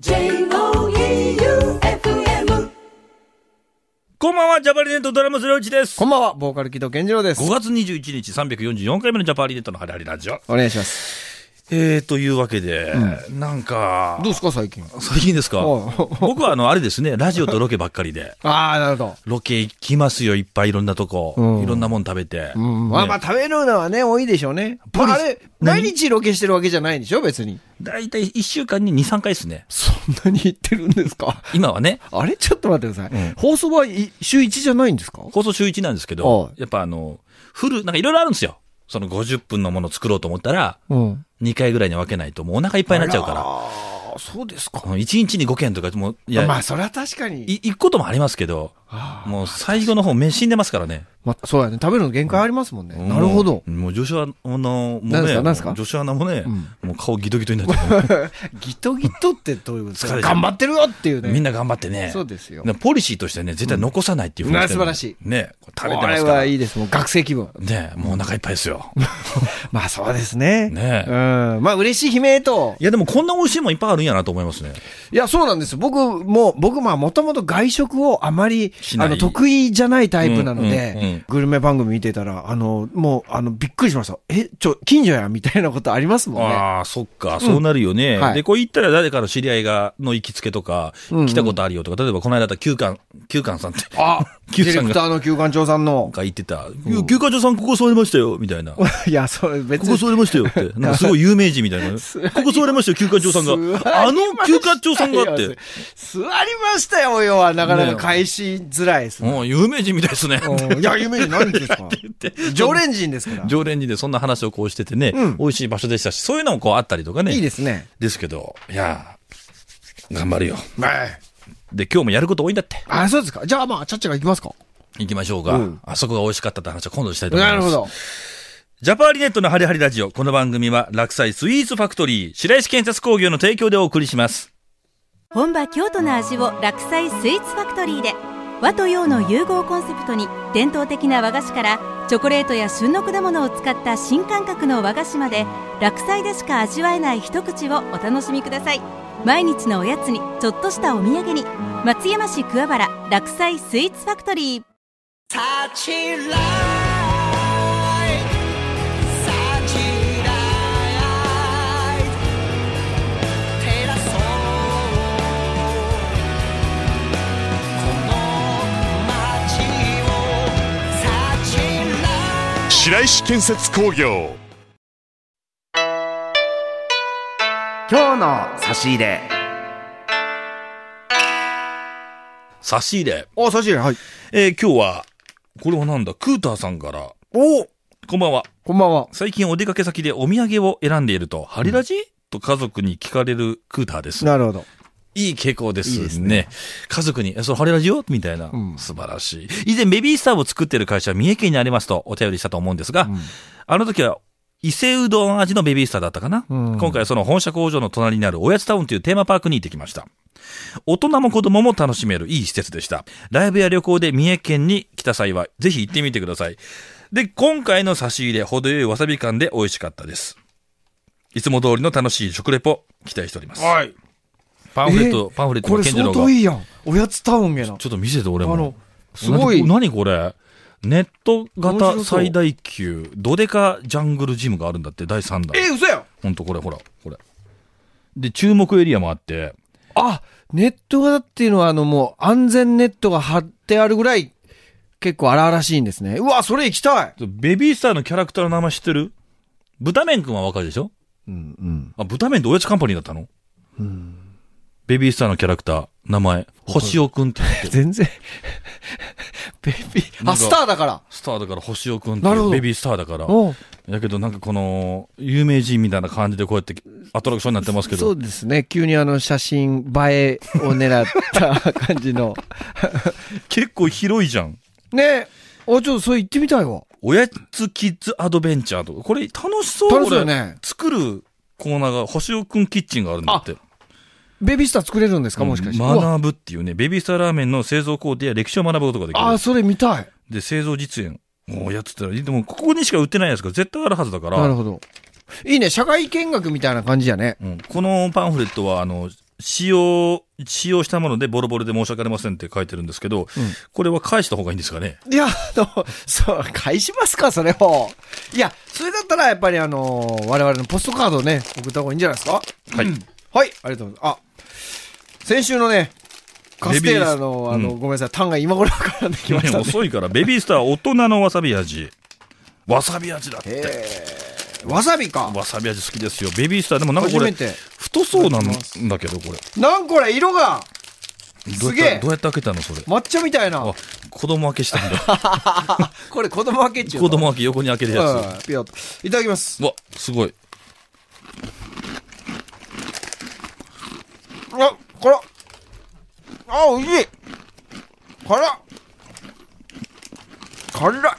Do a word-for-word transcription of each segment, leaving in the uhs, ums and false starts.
ジェイオーイーユーエフエム。 こんばんは、ジャパリネットドラムスローチです。 こんばんは、ボーカル木戸健次郎です。 ごがつにじゅういちにちさんびゃくよんじゅうよんかいめのジャパリネットのハリハリラジオ。 お願いします。 えー、というわけで、うん、なんかどうですか最近。 最近ですか。僕はあのあれですね、ラジオとロケばっかりでああ、なるほど。 ロケ行きますよ、いっぱいいろんなとこ、うん、いろんなもん食べて、 うん、まあまあ食べるのはね多いでしょうね。まあ、あれ毎日ロケしてるわけじゃないんでしょ別に。 だいたいいっしゅうかんににさんかいですね。 そんなに行ってるんですか今はね。 あれちょっと待ってください、うん、放送は週いちじゃないんですか。 放送週いちなんですけど、やっぱあのフルなんかいろいろあるんですよ。そのごじゅっぷんのものを作ろうと思ったら、うん、にかいぐらいに分けないともうお腹いっぱいになっちゃうから。 ああ、そうですか。 いちにちにごけんとかもう、いや、 まあそれは確かにい行くこともありますけど、もう最後の方目死んでますからね。 まあ、そうやね。食べるの限界ありますもんね。うん、なるほど。 もう女子アナもね、 何すか女子アナもね、うん、もう顔ギトギトになっちゃう。 ギトギトってどういうことですか。頑張ってるよっていうね。 みんな頑張ってね。 そうですよ。 ポリシーとしてね、絶対残さないっていうふうに、 うん、素晴らしい。 ね、食べてますから。 これはいいです。もう学生気分。 ね、もうお腹いっぱいですよ。 まあそうですね。 ね、 うん。まあ嬉しい悲鳴と。 いやでもこんな美味しいもんいっぱいあるんやなと思いますね。 いやそうなんです。僕も、僕まあもともと外食をあまり、あの、得意じゃないタイプなので、うんうんうん、グルメ番組見てたら、あの、もう、あの、びっくりしました。え、ちょ、近所やみたいなことありますもんね。 ああ、そっか、そうなるよね。うん、はい、で、こう言ったら誰かの知り合いが、の行きつけとか、うんうん、来たことあるよとか、例えばこの間だったら旧館、旧館さんって。 あディレクターの旧館長さんの。 が言ってた。旧館長さんここ座りましたよ、みたいな。 いや、それ別に。 ここ座りましたよって。なんかすごい有名人みたいな。ここ座りましたよ、旧館長さんが。あの旧館長さんがって。 座りましたよ、要は。なかなか返しづらいですね。 もう有名人みたいですね。 いや、有名人何ですか常連人ですから。 常連人でそんな話をこうしててね、うん、美味しい場所でしたし、そういうのもこうあったりとかね。 いいですね。 ですけど、いや頑張るよ。 はい。 で、今日もやること多いんだって。 あ、そうですか。じゃあまあ、ちゃっちゃが行きますか。 行きましょうか。うん、あそこが美味しかったって話は今度したいと思います。 なるほど。 ジャパーリネットのハリハリラジオ。この番組は、落栽スイーツファクトリー、白石建設工業の提供でお送りします。 本場京都の味を落栽スイーツファクトリーで。和と洋の融合コンセプトに伝統的な和菓子からチョコレートや旬の果物を使った新感覚の和菓子まで落栽でしか味わえない一口をお楽しみください。毎日のおやつにちょっとしたお土産に松山市桑原落栽スイーツファクトリー。 タッチラ白石建設工業。 今日の差し入れ。 差し入れ。 あ、差し入れ、はい。 えー、今日は、これはなんだ、クーターさんから。 おこんばんは。 こんばんは。 最近お出かけ先でお土産を選んでいると、ハリラジ、うん、と家族に聞かれるクーターです。 なるほど。 いい傾向ですね。いいですね。家族に、え、それハリラジよみたいな、うん。素晴らしい。以前ベビースターを作っている会社は三重県にありますとお便りしたと思うんですが、うん、あの時は伊勢うどん味のベビースターだったかな、うん、今回はその本社工場の隣にあるおやつタウンというテーマパークに行ってきました。大人も子供も楽しめるいい施設でした。ライブや旅行で三重県に来た際はぜひ行ってみてください。で、今回の差し入れ、程よいわさび感で美味しかったです。いつも通りの楽しい食レポ期待しております。 はい。 パンフレット、パンフレットの健次郎が。これ相当いいやん。おやつタウンやな。 ちょっと見せて俺も。 あの、すごい。 何これネット型最大級、ドデカジャングルジムがあるんだって、だいさんだん。 えー、嘘やん。 ほんとこれ、ほら、これ。で、注目エリアもあって。 あ、ネット型っていうのは、あの、もう、安全ネットが張ってあるぐらい、結構荒々しいんですね。うわ、それ行きたい。 ベビースターのキャラクターの名前知ってる？豚麺くんはわかるでしょ？ うんうん。 あ、豚麺っておやつカンパニーだったの？うん。ベビースターのキャラクター、名前、星尾くんって言って。 全然。ベビー、あ、スターだから。 スターだから星尾くんってベビースターだから。だけどなんかこの、有名人みたいな感じでこうやってアトラクションになってますけど。 そうですね。急にあの写真映えを狙った感じの。 結構広いじゃん。 ねえ。あ、ちょっとそれ行ってみたいわ。 おやつキッズアドベンチャーとか。これ楽しそう。 楽しそうよね。 作るコーナーが星尾くんキッチンがあるんだって。 ベビースター作れるんですかもしかして。 学ぶっていうね、ベビースターラーメンの製造工程や歴史を学ぶことができる。 ああ、それ見たい。 で、製造実演。もうやってたら、でもここにしか売ってないやつが絶対あるはずだから。 なるほど。いいね、社会見学みたいな感じやね。 うん。このパンフレットは、あの、 使用、使用したものでボロボロで申し訳ありませんって書いてるんですけど、うん、これは返した方がいいんですかね？ いや、あの、そう、返しますか、それを。いや、それだったらやっぱりあの、我々のポストカードをね、送った方がいいんじゃないですか？ はい。 うん、はい、ありがとうございます。あ、先週のね、カステーラの、あの、うん、ごめんなさい、タンが今頃からできましたね。 遅いから、ベビースター大人のわさび味。わさび味だって。 わさびか。 わさび味好きですよ。ベビースターでもなんかこれ、太そうなんだけど、これ。 なんこれ、色が。すげえ。 どうやって開けたのそれ。 抹茶みたいな。 あ、子供開けしたんだ。 これ子供開けっちゅうの。 子供開け横に開けるやつ。 ピヨッと。いただきます。 うわ、すごい。 あ、辛っ。あ、おいしい。辛っ。辛い。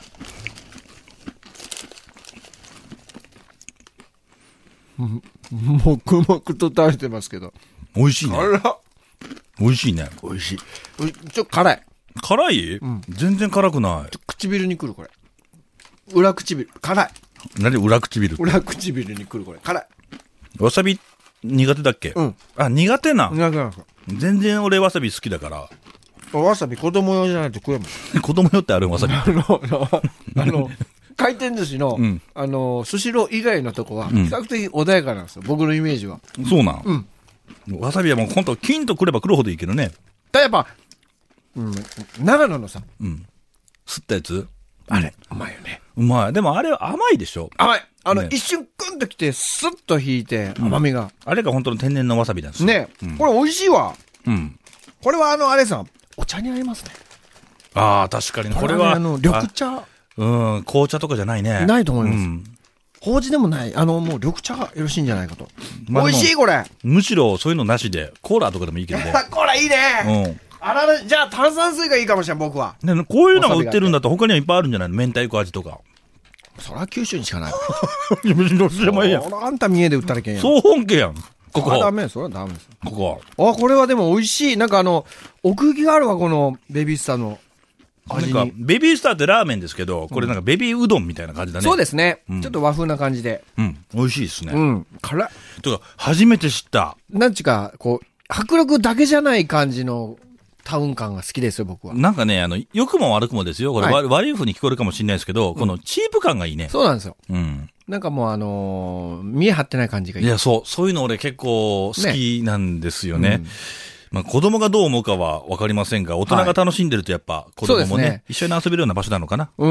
もくもくと食べてますけど。 美味しいね。 辛っ。 美味しいね。 美味しい。ちょっと辛い。 辛い、うん、全然辛くない。 ちょ唇にくる、これ。裏唇。辛い。 何裏唇？ 裏唇にくる、これ。辛い。 わさび苦手だっけ？うん。あ、苦手な。 苦手なんですか。 全然俺わさび好きだから。 わさび子供用じゃないと食えもん。 子供用ってあるわさび。 あの、あの、回転寿司の、うん、あの、スシロー以外のとこは、比較的穏やかなんですよ。僕のイメージは。 そうなん。 うん。 わさびはもうほんと、キンとくればくるほどいいけどね。 だやっぱ、うん、長野のさ、 うん。吸ったやつあれ、うまいよね。 うまい。でもあれは甘いでしょ？ 甘い。あの、ね、一瞬クンときて、スッと引いて、甘みが。うん、 あれが本当の天然のわさびなんですよ。 ね、うん、これ美味しいわ。 うん。 これはあの、あれさん、お茶に合いますね。 ああ、確かに。これは、 あの、緑茶。 うん、紅茶とかじゃないね。 ないと思います。うん、麹でもない。あの、もう緑茶がよろしいんじゃないかと。まあ、美味しい、これ。 むしろそういうのなしで、コーラとかでもいいけどね。 コーラいいね。うん。あらら、じゃあ炭酸水がいいかもしれん、僕は。 ね、こういうのが売ってるんだったら他にはいっぱいあるんじゃないの？明太子味とか。 そりゃ九州にしかない。 いや、別にどっちでもいいやん。 そらあんた三重で売ったらけんやん。 総本家やん。ここ。 あ、ダメ、それはダメです。 ここ。 あ、これはでも美味しい。なんかあの、奥行きがあるわ、このベビースターの。 なんか、ベビースターってラーメンですけど、これなんかベビーうどんみたいな感じだね。 そうですね。うん、ちょっと和風な感じで。 うん。美味しいですね。 うん。辛い。 とか、初めて知った。 なんちゅうか、こう、迫力だけじゃない感じのタウン感が好きですよ、僕は。 なんかね、あの、良くも悪くもですよ。これ、はい、悪い風に聞こえるかもしれないですけど、このチープ感がいいね。 そうなんですよ。 うん。 なんかもうあのー、見え張ってない感じがいい。 いや、そう。そういうの俺結構好きなんですよね。ね、うん、まあ、子供がどう思うかはわかりませんが、大人が楽しんでるとやっぱ子供もね、はいね、一緒に遊べるような場所なのかな。 うん。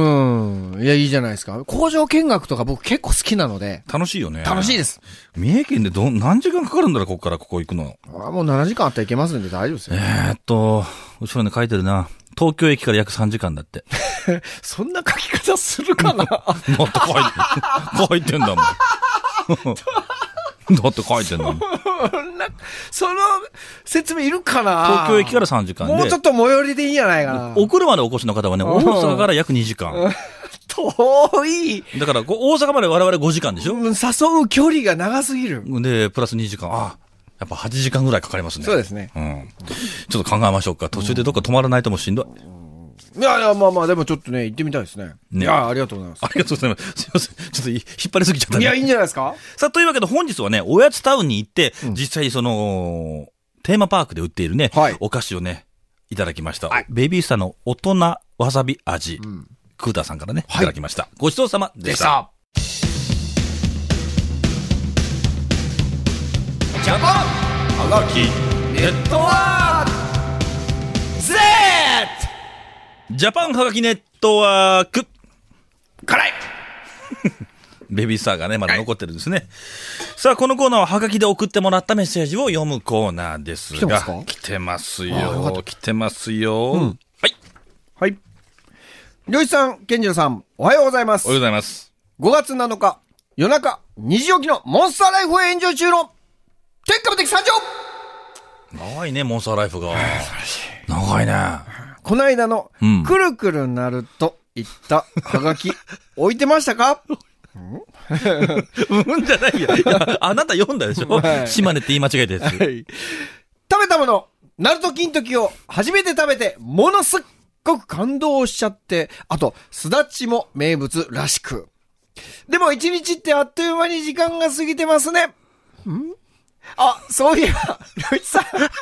いや、いいじゃないですか。工場見学とか僕結構好きなので。 楽しいよね。 楽しいです。 三重県でど、何時間かかるんだろう、ここからここ行くの。 あ、もうななじかんあったら行けますんで大丈夫ですよ。 えーっと、後ろに書いてるな。東京駅から約さんじかんだって。 そんな書き方するかな。 だって書いて、書いてんだもん。だって書いてんだもん。 その説明いるかな。 東京駅からさんじかんで。 もうちょっと最寄りでいいんじゃないかな。 お車でお越しの方はね、大阪から約にじかん。 遠い。 だから、大阪まで我々ごじかんでしょ？ 誘う距離が長すぎる。 で、プラスにじかん。あ、やっぱはちじかんぐらいかかりますね。 そうですね。 うん。ちょっと考えましょうか。途中でどっか止まらないともしんどい。 いやいや、まあまあ、でもちょっとね、行ってみたいですね。ね。いや、ありがとうございます。 ありがとうございます。すいません。ちょっと引っ張りすぎちゃったね。 いや、いいんじゃないですか。 さあ、というわけで本日はね、おやつタウンに行って、うん、実際その、テーマパークで売っているね、はい、お菓子をね、いただきました。はい、ベビースターの大人わさび味。うん、クーターさんからね、はい、いただきました。ごちそうさまでした。 ジャパンはがきネットワーク Z ジャパンはがきネットワーク辛いベビースターがね、まだ残ってるんですね。はい、さあ、このコーナーははがきで送ってもらったメッセージを読むコーナーですが。来てますか？来てますよ。来てますよ。うん、はい。 はい。りょういちさん、けんじろさん、おはようございます。 おはようございます。 ごがつなのか、夜中、にじ起きのモンスターライフを炎上中の天下無敵参上。 長いね、モンスターライフが。長いね。 この間の、うん、くるくるなると言ったはがき、置いてましたか？ うんじゃないよ。いや、あなた読んだでしょ、はい、島根って言い間違えたやつ。はい、 食べたもの、ナルト金時を初めて食べて、ものすっごく感動しちゃって、あと、すだちも名物らしく。でも一日ってあっという間に時間が過ぎてますね。んあ、そういえば、ルイさん。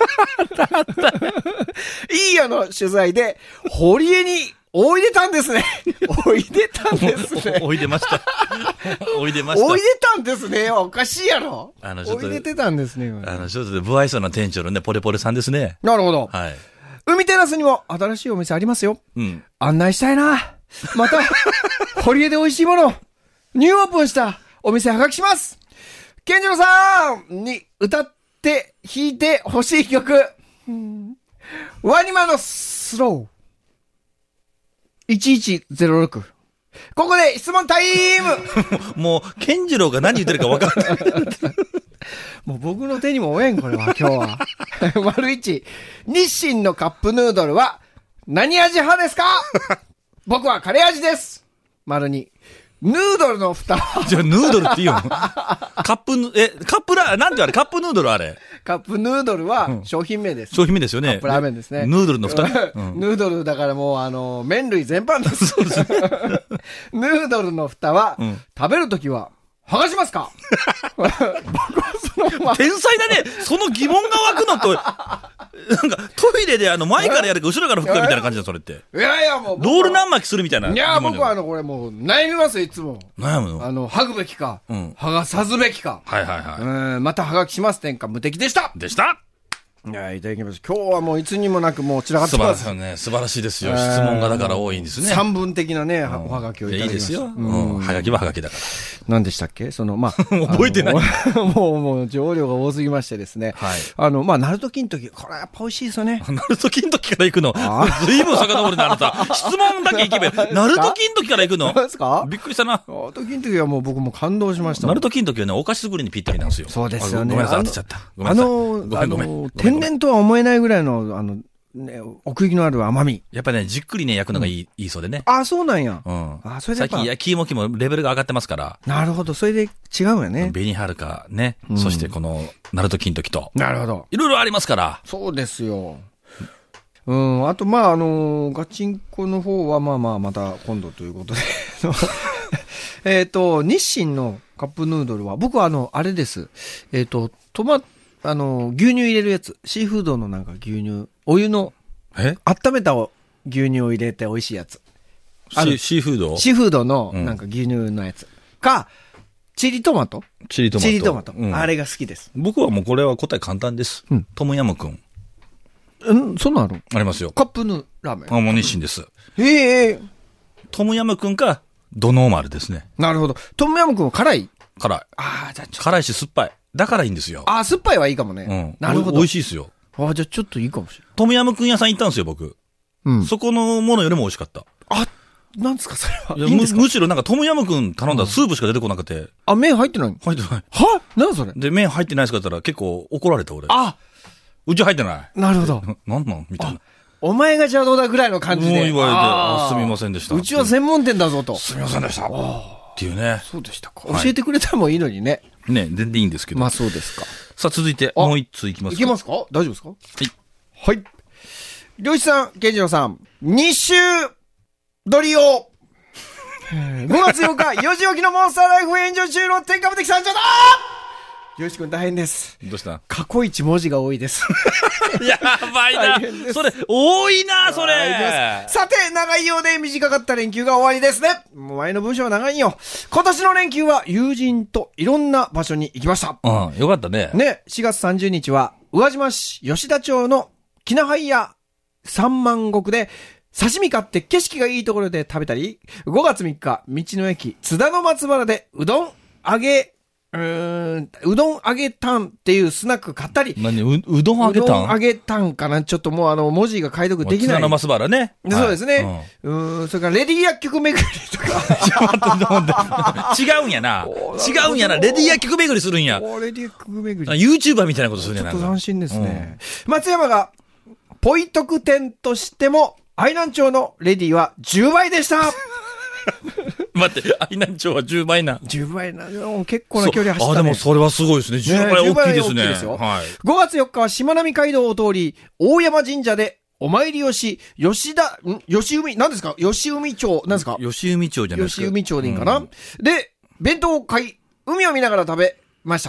いいよの取材で、堀江においでたんですね。おいでたんですね。 おいでました。おいでました。 おいでたんですね。おかしいやろ。 あの、ちょっと。 おいでてたんですね。 あの、ちょっと不愛想な店長のね、ポレポレさんですね。 なるほど。 はい。 海テラスにも新しいお店ありますよ。 うん。 案内したいな。また、堀江で美味しいもの、ニューオープンしたお店はがきします。健次郎さんに歌って弾いてほしい曲。ワニマのスロー。いちいちゼロろく。ここで質問タイムもう、健次郎が何言ってるか分かんない。 もう僕の手にも負えん、これは、今日は。丸一。日清のカップヌードルは何味派ですか？僕はカレー味です。丸二。ヌードルの蓋はじゃあ、ヌードルって言うのカップヌ、え、カップラ、なんてあれカップヌードルあれカップヌードルは商品名です。 商品名ですよね。 カップラーメンですね。 ヌードルの蓋、うん、 ヌードルだからもうあの、麺類全般です。ヌードルの蓋は、うん、食べるときは、剥がしますか？僕はそのまま天才だね。その疑問が湧くのと、なんかトイレであの前からやるか後ろから吹くかみたいな感じだ、それって。 いやいやもう。 ロール何巻きするみたいな。 いや、僕はあの、これもう悩みますよ、いつも。 悩むの？ あの、剥ぐべきか、 うん、 剥がさずべきか。 はいはいはい。 うん、また剥がきします。天下無敵でした。 でしたいや、いただきます。今日はもういつにもなくもう散らかってます。 素晴らしいね。素晴らしいですよ。質問がだから多いんですね。 三分的なね、おはがきをいただきました。 いいですよ。うん。はがきははがきだから。 何でしたっけその、まあ。 覚えてない。 もう、もう、情量が多すぎましてですね。 はい。 あの、まあ、ナルト金時、これはやっぱ美味しいですよね。 ナルト金時から行くのずいぶん遡るな、あなた。質問だけ行けば、ナルト金時から行くのそうですか？ びっくりしたな。 ナルト金時はもう僕も感動しました。 ナルト金時はね、お菓子作りにぴったりなんですよ。 そうですよね。 ごめんなさい、当てちゃった。ごめんなさい。ごめんごめん。 天然とは思えないぐらいの、あの、ね、奥行きのある甘み。 やっぱね、じっくりね、焼くのがいい、うん、いいそうでね。 あ、そうなんや。 うん。 あ、それでやっぱ。 最近焼き芋機もレベルが上がってますから。 なるほど、それで違うんやね。 紅はるかね、うん。そしてこの、ナルト金時と。 なるほど。 いろいろありますから。 そうですよ。うん、あと、まあ、あのー、ガチンコの方は、まあまあ、また今度ということで。えっと、日清のカップヌードルは、僕はあの、あれです。えっと、トマ、あの、牛乳入れるやつ。シーフードのなんか牛乳。お湯の、 え温めた牛乳を入れて美味しいやつ。 シ, シーフードシーフードの、なんか牛乳のやつ。うん、か、チリトマトチリトマト。 チリトマト。 うん、 あれが好きです。 僕はもうこれは答え簡単です。うん、トムヤムくん。 うん、そんなんある？ ありますよ。 カップヌーラーメン。 あ、もう日清です。 へえ。 トムヤムくんか、ドノーマルですね。 なるほど。トムヤムくんは辛い？ 辛い。 ああ、じゃあちょっと。 辛いし酸っぱい。だからいいんですよ。 ああ、酸っぱいはいいかもね。 うん。 なるほど。 美味しいですよ。 ああ、じゃあちょっといいかもしれない。 トムヤムくん屋さん行ったんですよ、僕。うん。そこのものよりも美味しかった。 あ、なんですか、それは。 いや、いいんですか？む、むしろなんかトムヤムくん頼んだらスープしか出てこなくて。うん、 あ、麺入ってない？ 入ってない。 は？なんそれ？ で、麺入ってないですかって言ったら結構怒られた、俺。 あ、 うち入ってない。 なるほど。 なんなんみたいな。 お前が邪道だぐらいの感じで。 もう言われて、あ、すみませんでした。 うちは専門店だぞと。 すみませんでした。っていうね。 そうでしたか。教えてくれたらもいいのにね。 ね、全然いいんですけど。 まあそうですか。 さあ続いて、もう一ついきますか。 いけますか？大丈夫ですか？ はい。 はい。りょうしさん、けんじろうさん、に週撮りを、ごがつようか、よじ起きのモンスターライフ炎上中の天下無敵参上だー！りょうしくん大変です。 どうした？ 過去一文字が多いです。 やばいな。それ、多いな、それ。 さて、長いようで短かった連休が終わりですね。前の文章は長いよ。今年の連休は友人といろんな場所に行きました。 うん、よかったね。 ね、しがつさんじゅうにちは、宇和島市吉田町のきなはい屋三万石で、刺身買って景色がいいところで食べたり、ごがつみっか、道の駅津田の松原でうどん揚げ、うーん、うどん揚げたんっていうスナック買ったり。 何 う, うどん揚げたんうどん揚げたんかなちょっともうあの、文字が解読できない。 津田の松原ね。 そうですね。はい、うーん、それからレディ薬局巡りとか。 違うんやな。違うんやな。レディ薬局巡りするんや。 レディ薬局巡り。 YouTuber みたいなことするんやな。 ちょっと斬新ですね。うん、松山が、ポイ特典としても、愛南町のレディはじゅうばいでした待って、愛南町はじゅうばいな。 じゅうばいな。結構な距離走ったね。 あ、でもそれはすごいですね。じゅうばい大きいですね。 大きいですよ。 はい。 ごがつよっかはしまなみ海道を通り、大山神社でお参りをし、吉田、ん吉海、何ですか吉海町、何ですか吉海町じゃないですか。 吉海町でいいかな、うん、で、弁当を買い、海を見ながら食べました。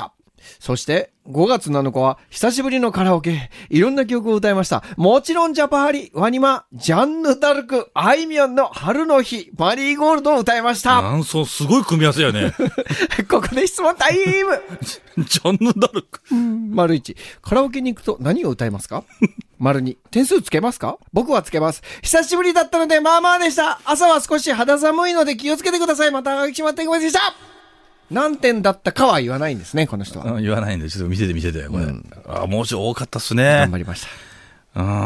そして、ごがつなのかは、久しぶりのカラオケ、いろんな曲を歌いました。もちろん、ジャパハリ、ワニマ、ジャンヌ・ダルク、あいみょんの春の日、マリーゴールドを歌いました。 なんそう、すごい組み合わせやね。 ここで質問タイムジャンヌ・ダルク。 丸一、カラオケに行くと何を歌いますか？丸二、点数つけますか？僕はつけます。久しぶりだったので、まあまあでした。朝は少し肌寒いので気をつけてください。また、しまってごめんでした。何点だったかは言わないんですね、この人は。 うん、言わないんで、ちょっと見せて見せて、これ。うん、あ、もうちょい多かったっすね。 頑張りました。 うん。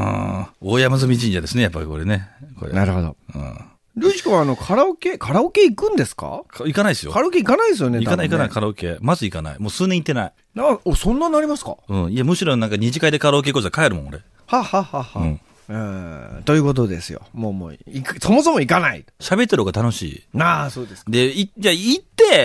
大山積神社ですね、やっぱりこれね。これなるほど。うん。ルシコはあの、カラオケ、カラオケ行くんですか？ 行かないですよ。 カラオケ行かないですよね、 行かない行かない、カラオケ。まず行かない。もう数年行ってない。 あ、お、そんななりますか？ うん。いや、むしろなんか二次会でカラオケ行こうじゃ帰るもん、俺。 はははは。うん。うん、ということですよ。もうもう、行く、そもそも行かない。 喋ってる方が楽しい。 なあ、そうですか。 で、い、じゃあ行って、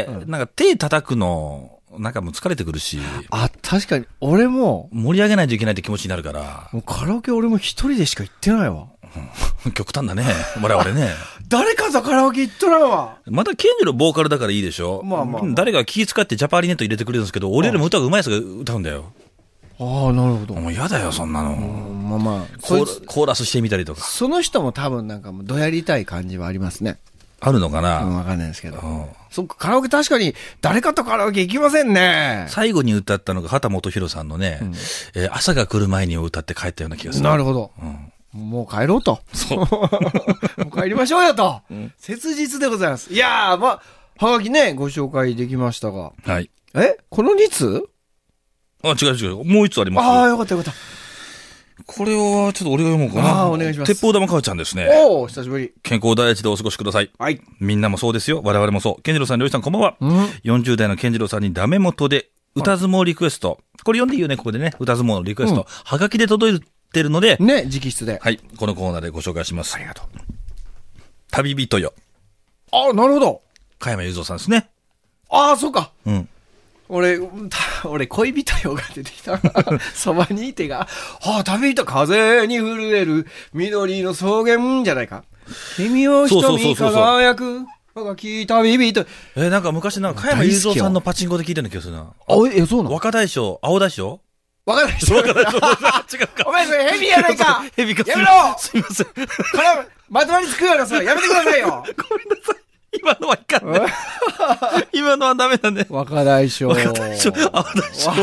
うん、なんか手叩くの、なんかもう疲れてくるし。 あ、確かに、俺も。 盛り上げないといけないって気持ちになるから。 もうカラオケ俺も一人でしか行ってないわ。 うん、極端だね。我々ね。 誰かとカラオケ行っとらんわ。 またケンジのボーカルだからいいでしょ。 まあまあ、まあ。 誰か気遣ってジャパーリネット入れてくれるんですけど、俺よりも歌が上手いやつが歌うんだよ。 ああ、なるほど。 もう嫌だよ、そんなの。 まあまあコー、コーラスしてみたりとか。 その人も多分なんかもうどやりたい感じはありますね。 あるのかな？ うん、わかんないですけど。そっか、カラオケ確かに誰かとカラオケ行きませんね。 最後に歌ったのが畑本博さんのね、うん、えー、朝が来る前に歌って帰ったような気がする。 なるほど。うん、もう帰ろうと。 そう。 もう帰りましょうよと。うん、切実でございます。いやー、まあ、はがきね、ご紹介できましたが。 はい。 えこのに通？ あ、違う違う。もう一つあります。 ああ、よかったよかった。 これは、ちょっと俺が読もうかな。 ああ、お願いします。 鉄砲玉川ちゃんですね。 おお、久しぶり。 健康第一でお過ごしください。 はい。 みんなもそうですよ。我々もそう。健次郎さん、りょうじさん、こんばんは。うん、よんじゅう代の健次郎さんにダメ元で、歌相撲リクエスト。これ読んでいいよね、ここでね。歌相撲のリクエスト。うん、はがきで届いてるので。 ね、直筆で。 はい。このコーナーでご紹介します。 ありがとう。 旅人よ。 ああ、なるほど。 加山雄三さんですね。 ああ、そうか。 うん。 俺、俺、恋人よが出てきた。そばにいてが、はあ、旅人、風に震える、緑の草原じゃないか。君を瞳輝く、我がき旅人。 えー、なんか昔なんか、加山雄三さんのパチンコで聞いたような気がするな。 あ、え、そうなの？ 若大将、青大将？ 若大将。 若大将。違うか。 お前それヘビやないか。 ヘビか。 やめろ。 すいません。これ、 まとまりつくようなさ、やめてくださいよ。 ごめんなさい。今のはいかんね。今のはダメだね。 若大将。 若大将。青大将。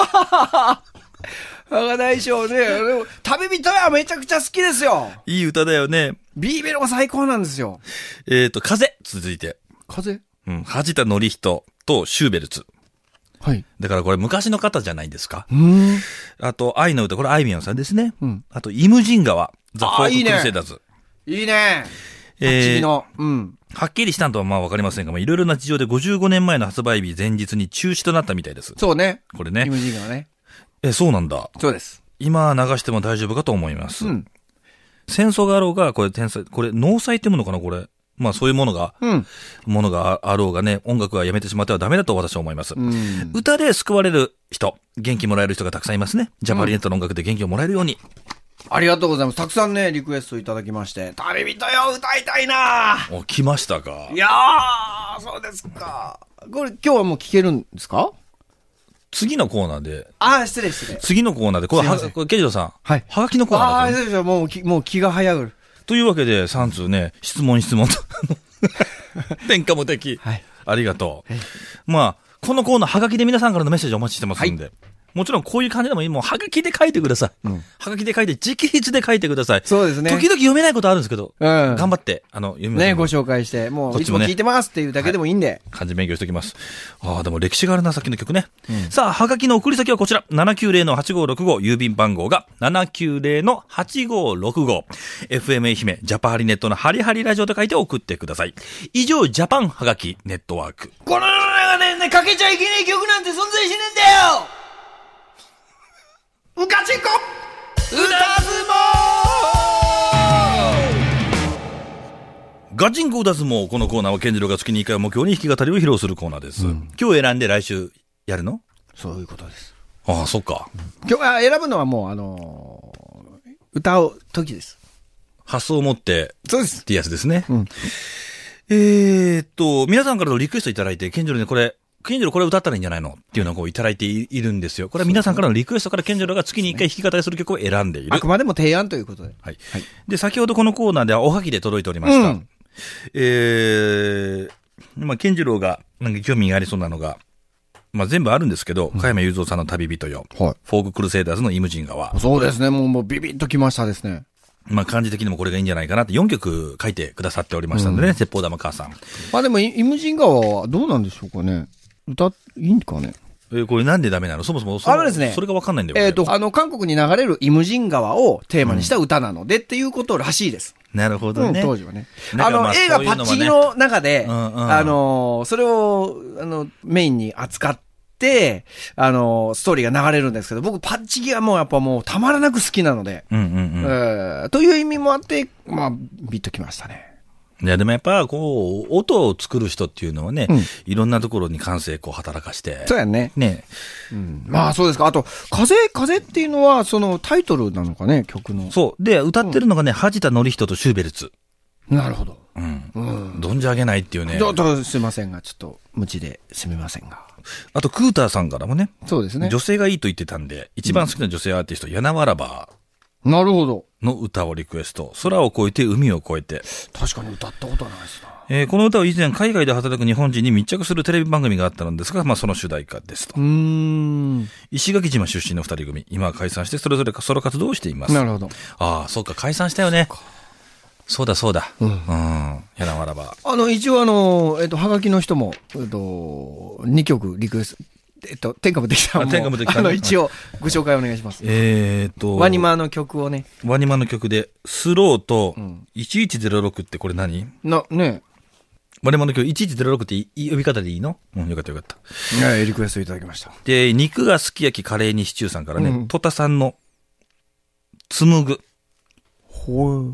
若大将ね。旅人はめちゃくちゃ好きですよ。 いい歌だよね。 B メロが最高なんですよ。 えっと、風。続いて。 風？ うん。恥田典人とシューベルツ。 はい。 だからこれ昔の方じゃないですか。 うん。 あと、愛の歌。これあいみょんさんですね。うん。あと、イムジン川。ザ・フォーク・クルセイダーズ。 いいね。えー、の。うん。 はっきりしたんとはまあわかりませんが、いろいろな事情でごじゅうごねんまえの発売日前日に中止となったみたいです。 そうね。 これね。 イムジン川ね。 え、そうなんだ。 そうです。 今流しても大丈夫かと思います。うん。戦争があろうが、これ天才、これ農災ってものかな、これ。まあそういうものが、うん、ものがあろうがね、音楽はやめてしまってはダメだと私は思います。うん、歌で救われる人、元気もらえる人がたくさんいますね。ジャパリネットの音楽で元気をもらえるように。 ありがとうございます。たくさんね、リクエストいただきまして。旅人よ、歌いたいなぁ。 お、来ましたか。 いやー、そうですか。これ、今日はもう聞けるんですか？ 次のコーナーで。 あー、失礼失礼。 次のコーナーで、これ、は、これ、ケジロさん。 はい。 はがきのコーナーだ、ね。 あー、そうですよ。もう、き、もう気が早る。 というわけで、さん通ね、質問質問と。天下無敵。 はい。 ありがとう。まあ、このコーナー、はがきで皆さんからのメッセージお待ちしてますんで。はい、もちろんこういう感じでもいい。もうはがきで書いてください。うん、はがきで書いて、直筆で書いてください。 そうですね。 時々読めないことあるんですけど、うん、頑張って、あの、読みます。 ね、ご紹介して、もう、いつも聞いてますっていうだけでもいいんで。はい、 漢字勉強しておきます。ああ、でも歴史があるな、さっきの曲ね。うん、さあ、はがきの送り先はこちら。ななきゅうぜろのはちごろくご、郵便番号がななきゅうぜろのはちごろくご。エフエム 愛媛、ジャパハリネットのハリハリラジオと書いて送ってください。以上、ジャパンはがきネットワーク。 この世の中でね、かけちゃいけない曲なんて存在しねえんだようかちんこ歌相撲ガチンコ歌相撲。このコーナーは健次郎が月にいっかいを目標に弾き語りを披露するコーナーです。うん、今日選んで来週やるの？ そういうことです。 ああ、そっか。 今日は選ぶのはもうあのー、歌う時です。 発想を持って。 そうです。 ってやつですね。うん、えーっと、皆さんからのリクエストいただいて、健次郎ね、これ、 ケンジロこれ歌ったらいいんじゃないのっていうのをこういただいているんですよ。これは皆さんからのリクエストからケンジロが月にいっかい弾き語りする曲を選んでいる。 あくまでも提案ということで。 はい。はい、で、先ほどこのコーナーではおはぎで届いておりました。うん、えー、まあ、ケンジロがなんか興味がありそうなのが、まあ、全部あるんですけど、うん、加山雄三さんの旅人よ。はい。フォーククルセイダーズのイムジン川。 そうですね。もう、もうビビッときましたですね。 まあ、漢字的にもこれがいいんじゃないかなってよんきょく書いてくださっておりましたのでね、うん、鉄砲玉母さん。 まあでも、イムジン川はどうなんでしょうかね。歌、いいんかね。 えー、これなんでダメなの？そもそもそ、 あのですね、 それがわかんないんだよ。 えっ、ー、と、あの、韓国に流れるイムジン川をテーマにした歌なので、うん、っていうことらしいです。 なるほどね。 うん、当時はね。あの、まあ、映画パッチギの中で、うんうん、あの、それを、あの、メインに扱って、あの、ストーリーが流れるんですけど、僕、パッチギはもうやっぱもうたまらなく好きなので、うんうんうんえー、という意味もあって、まあ、ビッときましたね。 いや、でもやっぱ、こう、音を作る人っていうのはね、うん、いろんなところに感性こう働かして。 そうやね。 ね。 うん、まあそうですか。あと、風、風っていうのは、そのタイトルなのかね、曲の。 そう。で、歌ってるのがね、梶田典人とシューベルツ。 なるほど。 うん。うん。存じ上げないっていうね。 ど、ど、すいませんが、ちょっと、無知ですみませんが。 あと、クーターさんからもね。 そうですね。 女性がいいと言ってたんで、一番好きな女性アーティスト、うん、ヤナワラバー。 なるほど。 の歌をリクエスト。空を越えて海を越えて。 確かに歌ったことないですな。 えー、この歌を以前海外で働く日本人に密着するテレビ番組があったのですが、まあその主題歌ですと。うーん。石垣島出身の二人組。今は解散してそれぞれソロ活動をしています。 なるほど。 ああ、そうか、解散したよね。そうだそうだ。うん。うん。やなわらば。 あの、一応あの、えっと、はがきの人も、えっと、にきょくリクエスト。えっと、天下無敵さんも。 天下無敵さん。 あの、一応、ご紹介お願いします。 えっと。 ワニマの曲をね。 ワニマの曲で、スローと、いちいちゼロろくってこれ何？ な、ねワニマの曲、いちいちゼロろくっていい呼び方でいいの？うん、よかったよかった。 いや、リクエストいただきました。 で、肉がすき焼きカレーにシチューさんからね、うん、トタさんの、紡ぐ。 ほう。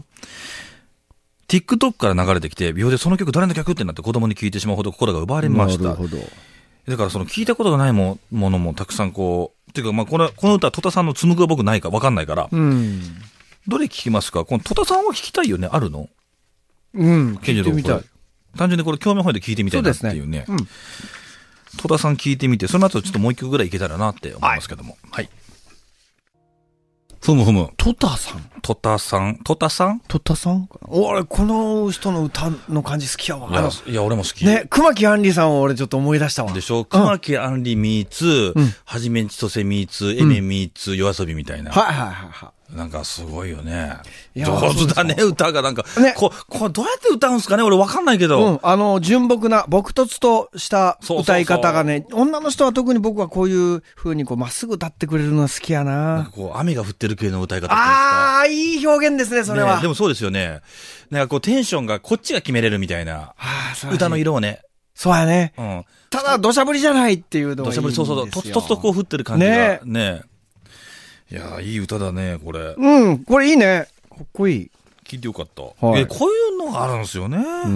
TikTok から流れてきて、秒でその曲誰の曲ってなって子供に聞いてしまうほど心が奪われました。なるほど。だからその聞いたことがないものもたくさんこう、っていうかまあこの、この歌はトタさんの紡ぐは僕ないかわかんないから、うん、どれ聞きますか？このトタさんは聞きたいよね、あるの？ うん、聞いてみたい。 単純にこれ興味本位で聞いてみたいなっていうね。そうですね。うん。トタさん聞いてみて、その後ちょっともう一曲ぐらいいけたらなって思いますけども。はい。はい、ふむふむ。 トタさんトタさんトタさんトタさん俺、この人の歌の感じ好きやわ。 いや、いや俺も好き。 ね、熊木杏里さんを俺ちょっと思い出したわ。 でしょ？熊木杏里ミーツ、うん、はじめちとせミーツ、エメミーツ、夜遊びみたいな。 はいはいはいはい。 なんかすごいよね。上手だね、歌がなんか。ね。こ、こどうやって歌うんすかね？俺わかんないけど。 うん。あの、純朴な、朴突とした歌い方がね、そうそうそう、女の人は特に僕はこういう風にこう、まっすぐ歌ってくれるのが好きやな。 なんかこう、雨が降ってる系の歌い方っていうんですか。 ああ、いい表現ですね、それは、 ね。でもそうですよね。なんかこう、テンションがこっちが決めれるみたいな。ああ、歌の色をね。 そうやね。うん。ただ、土砂降りじゃないっていうのがいいんですよ。 土砂降り、そうそうそう。とつとつとこう降ってる感じが。ね。ね。いやー、いい歌だね、これ。 うん、これいいね。かっこいい。 聞いてよかった。はい、え、こういうのがあるんですよね。うん、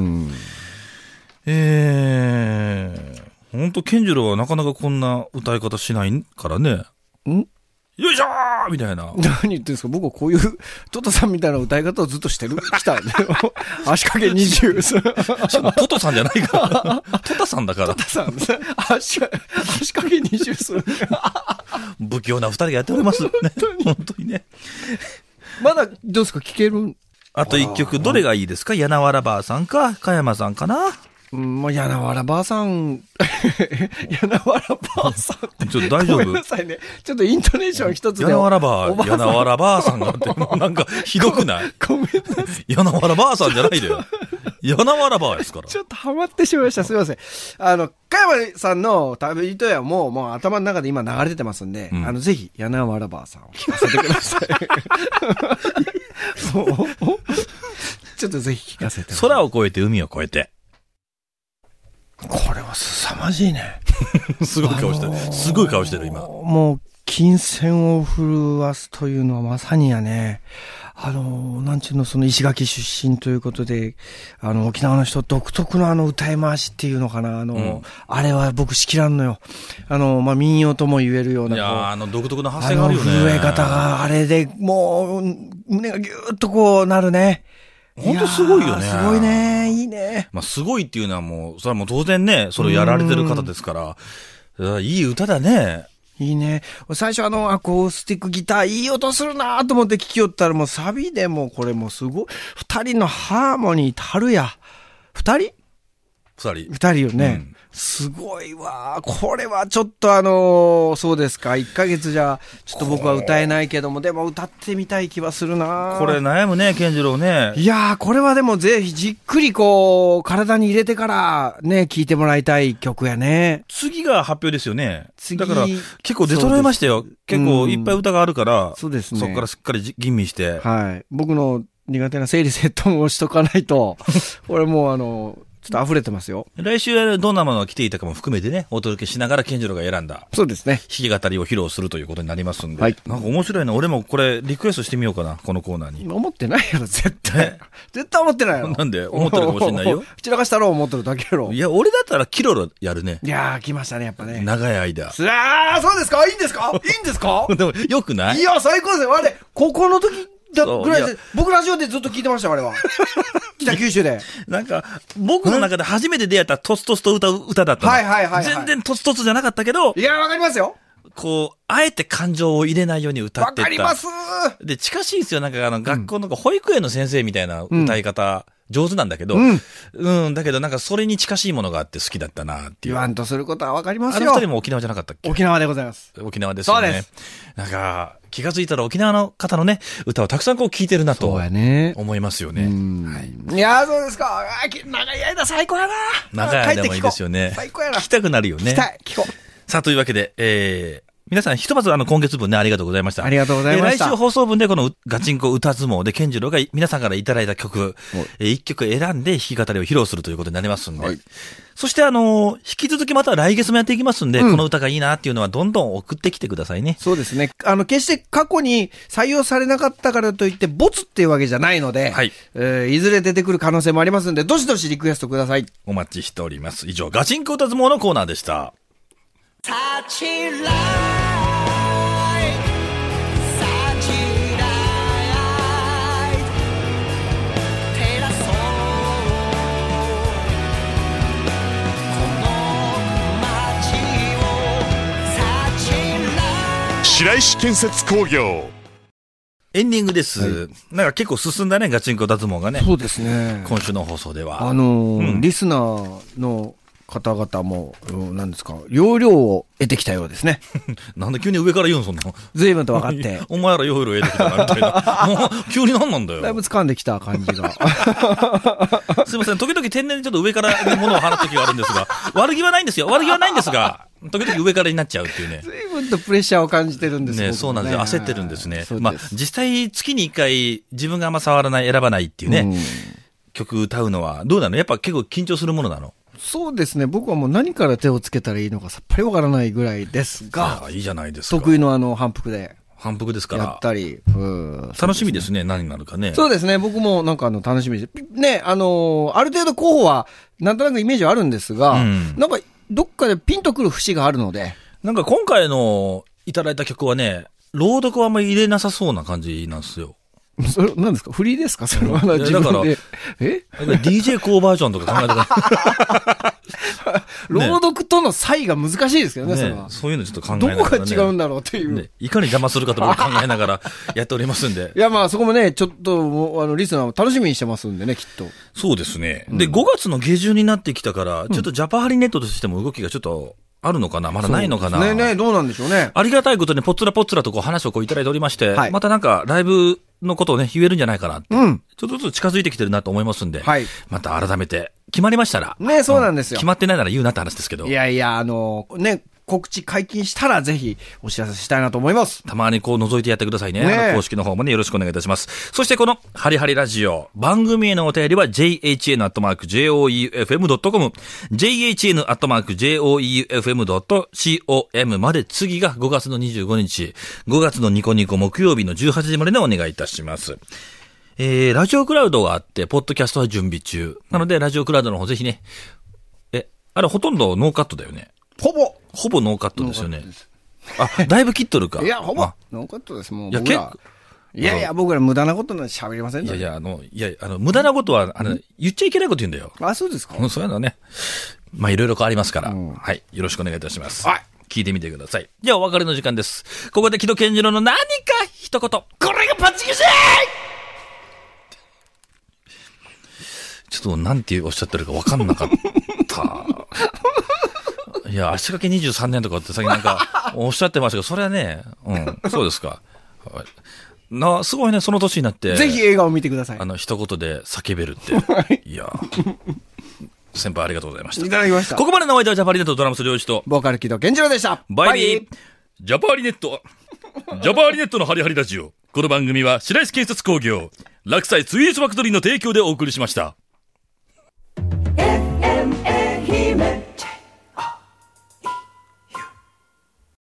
えー、ほんと、ケンジロはなかなかこんな歌い方しないからね。んよいしょーみたいな。 何言ってんですか？僕はこういう、トトさんみたいな歌い方をずっとしてる、したんで。足掛けにじゅう。しかもトトさんじゃないから。トトさんだから。 トトさん、足、足掛けにじゅうする。 不器用な二人がやっております。ね、本当にね。 まだ、どうですか？聞ける？ あと一曲、どれがいいですか？柳原ばあさんか、加山さんかな？ うん、まあ、柳原ばあさん、柳原ばあさんって。 ちょっと大丈夫？ ごめんなさいね。ちょっとイントネーション一つで。 柳原ばあ、柳原ばあさんがあって、もうなんかひどくない？ ごめんなさい。 柳原ばあさんじゃないでよ。柳原ばあですから。 ちょっとハマってしまいました。すいません。あの、加山さんの旅人やもう、もう頭の中で今流れてますんで、うん、あの、ぜひ、柳原ばあさんを聞かせてください。もう、ちょっとぜひ聞かせて。 空を越えて海を越えて。 これは凄まじいね。 すごい顔してる。すごい顔してる、今。 もう、金銭を震わすというのはまさにやね。あの、なんちゅうの、その石垣出身ということで、あの、沖縄の人独特のあの歌い回しっていうのかな。あの、うん、あれは僕しきらんのよ。あの、まあ、民謡とも言えるような。 いやあの、独特の発声があるよね。 あの、震え方があれで、もう、胸がぎゅーっとこうなるね。 本当すごいよね。 すごいね。いいね。 まあ、すごいっていうのはもう、それはもう当然ね、それをやられてる方ですから、いい歌だね。 いいね。最初あのアコースティックギターいい音するなと思って聞きよったらもうサビでもこれもうすごい。二人のハーモニーたるや。二人二人。 二人よね。うん、すごいわ。これはちょっとあのー、そうですか。一ヶ月じゃ、ちょっと僕は歌えないけども、でも歌ってみたい気はするな。 これ悩むね、健次郎ね。 いやー、これはでもぜひじっくりこう、体に入れてからね、聴いてもらいたい曲やね。 次が発表ですよね。次。だから、結構出揃えましたよ。結構いっぱい歌があるから、 そうですね。 そこからしっかり吟味して。 はい。僕の苦手な整理整頓をしとかないと、これもうあの、ちょっと溢れてますよ。 来週どんなものが来ていたかも含めてね、お届けしながら健次郎が選んだ。 そうですね。 弾き語りを披露するということになりますんで。 はい。 なんか面白いな。俺もこれリクエストしてみようかな、このコーナーに。 思ってないやろ、絶対。絶対思ってないやろ。 なんで思ってるかもしれないよ。 散らかしたろう思ってるだけやろ。 いや、俺だったらキロロやるね。 いやー、来ましたね、やっぱね。 長い間。 すらー、そうですかいいんですかいいんですかでも、よくない？ いや、最高ですよ。あれ、高校の時だぐらいで、僕ラジオでずっと聞いてました、あれは。北九州で。 なんか、僕の中で初めて出会ったトツトツと歌う歌だったの。 はいはいはい、はい。 全然トツトツじゃなかったけど。 いや、わかりますよ。 こう、あえて感情を入れないように歌ってた。 わかりますで、近しいんですよ。なんかあの、学校の保育園の先生みたいな歌い方、うん、上手なんだけど、うん、うん、だけどなんかそれに近しいものがあって好きだったなっていう。 言わんとすることはわかりますよ。 あの二人も沖縄じゃなかったっけ？ 沖縄でございます。 沖縄ですよね。そうです。なんか、気がついたら沖縄の方のね、歌をたくさんこう聴いてるなと。そうやね。思いますよね。はい。 いやー、そうですか。長い間最高やな。 長い間もいいですよね。 最高やな。 聴きたくなるよね。 聴きたい。聴こう。 さあ、というわけで、えー、皆さん、ひとまずあの、今月分ね、ありがとうございました。 ありがとうございました。 来週放送分でこのガチンコ歌相撲で、健次郎が皆さんからいただいた曲、えー、一曲選んで弾き語りを披露するということになりますんで。はい、そしてあのー、引き続きまた来月もやっていきますんで、うん、この歌がいいなっていうのはどんどん送ってきてくださいね。 そうですね。あの、決して過去に採用されなかったからといって、ボツっていうわけじゃないので、はい。えー、いずれ出てくる可能性もありますんで、どしどしリクエストください。 お待ちしております。以上、ガチンコ歌相撲のコーナーでした。 白石建設工業エンディングです、はい、なんか結構進んだね、ガチンコ脱毛がね。 そうですね。 今週の放送では。 あのーうん、リスナーの方々も、何ですか、容量を得てきたようですね。 なんで急に上から言うんそんなの。 随分と分かって。 お前ら容量を得てきたな、みたいな。もう、急に何なんだよ。 だいぶ掴んできた感じが。 すいません、時々天然にちょっと上から物を放つ時があるんですが、悪気はないんですよ。悪気はないんですが、時々上からになっちゃうっていうね。 随分とプレッシャーを感じてるんですね。 ね、そうなんですよ。焦ってるんですね。まあ、実際月に一回自分があんま触らない、選ばないっていうね、うん、曲歌うのはどうなの？やっぱ結構緊張するものなの？ そうですね。僕はもう何から手をつけたらいいのかさっぱりわからないぐらいですが。 ああ、いいじゃないですか。 得意のあの反復で。 反復ですから。 やったり。 うん、楽しみですね。何になるかね。 そうですね。僕もなんかあの楽しみです。ね、あのー、ある程度候補はなんとなくイメージはあるんですが、うん、なんかどっかでピンとくる節があるので。 なんか今回のいただいた曲はね、朗読はあんまり入れなさそうな感じなんですよ。 それ、何ですか？フリーですか？それは自分で。え？ ディージェー コーバージョンとか考えたから。 朗読との差異が難しいですけどね、ね、それは。 そういうのちょっと考えながら、ね。 どこが違うんだろうっていう。ね、 いかに邪魔するかと僕考えながらやっておりますんで。 いや、まあそこもね、ちょっと、あの、リスナーも楽しみにしてますんでね、きっと。 そうですね。うん、で、ごがつの下旬になってきたから、ちょっとジャパハリネットとしても動きがちょっと、あるのかな、まだないのかな。 ねえねえ、どうなんでしょうね。 ありがたいことに、ぽっつらぽっつらとこう話をこういただいておりまして、はい、またなんか、ライブのことをね、言えるんじゃないかなって。うん。ちょっとずつ近づいてきてるなと思いますんで、はい。また改めて、決まりましたら。 ねえ、そうなんですよ、 うん。決まってないなら言うなって話ですけど。 いやいや、あの、ね、告知解禁したらぜひお知らせしたいなと思います。 たまにこう覗いてやってくださいね。ね、公式の方もねよろしくお願いいたします。そしてこのハリハリラジオ番組へのお便りは ジェイエイチエヌ アットマーク ジェイオーイーユーエフエム ドットコム ジェイエイチエヌ アットマーク ジェイオーイーユーエフエム ドットコム まで次がごがつのにじゅうごにちごがつのニコニコ木曜日のじゅうはちじまででお願いいたします。えー、ラジオクラウドがあってポッドキャストは準備中なのでラジオクラウドの方ぜひね。えあれほとんどノーカットだよね。 ほぼほぼノーカットですよね。あ、だいぶ切っとるか。 いや、ほぼノーカットです。もういや、結構、 いやいや、僕ら無駄なことなんて喋りませんのいやいや、あの、いや、あの、無駄なことは、あの、言っちゃいけないこと言うんだよ。 あ、そうですか。 うん、そういうのはね。まあ、いろいろ変わりますから、うん。はい。よろしくお願いいたします。はい。聞いてみてください。じゃあ、お別れの時間です。ここで木戸健次郎の何か一言。これがパッチギシーちょっと、なんておっしゃってるか分かんなかった。いや、足掛けにじゅうさんねんとかってさっきなんかおっしゃってましたけど、それはね、うん、そうですか。な、すごいね、その年になって。 ぜひ映画を見てください。 あの、一言で叫べるって。いや、先輩ありがとうございました。 いただきました。 ここまでのお相手はジャパリネットドラムス領事と、 ボーカル木戸健次郎でした。 バイビー。ジャパリネット、ジャパリネットのハリハリラジオ。この番組は白石建設工業、落栽ツイーツファクトリーの提供でお送りしました。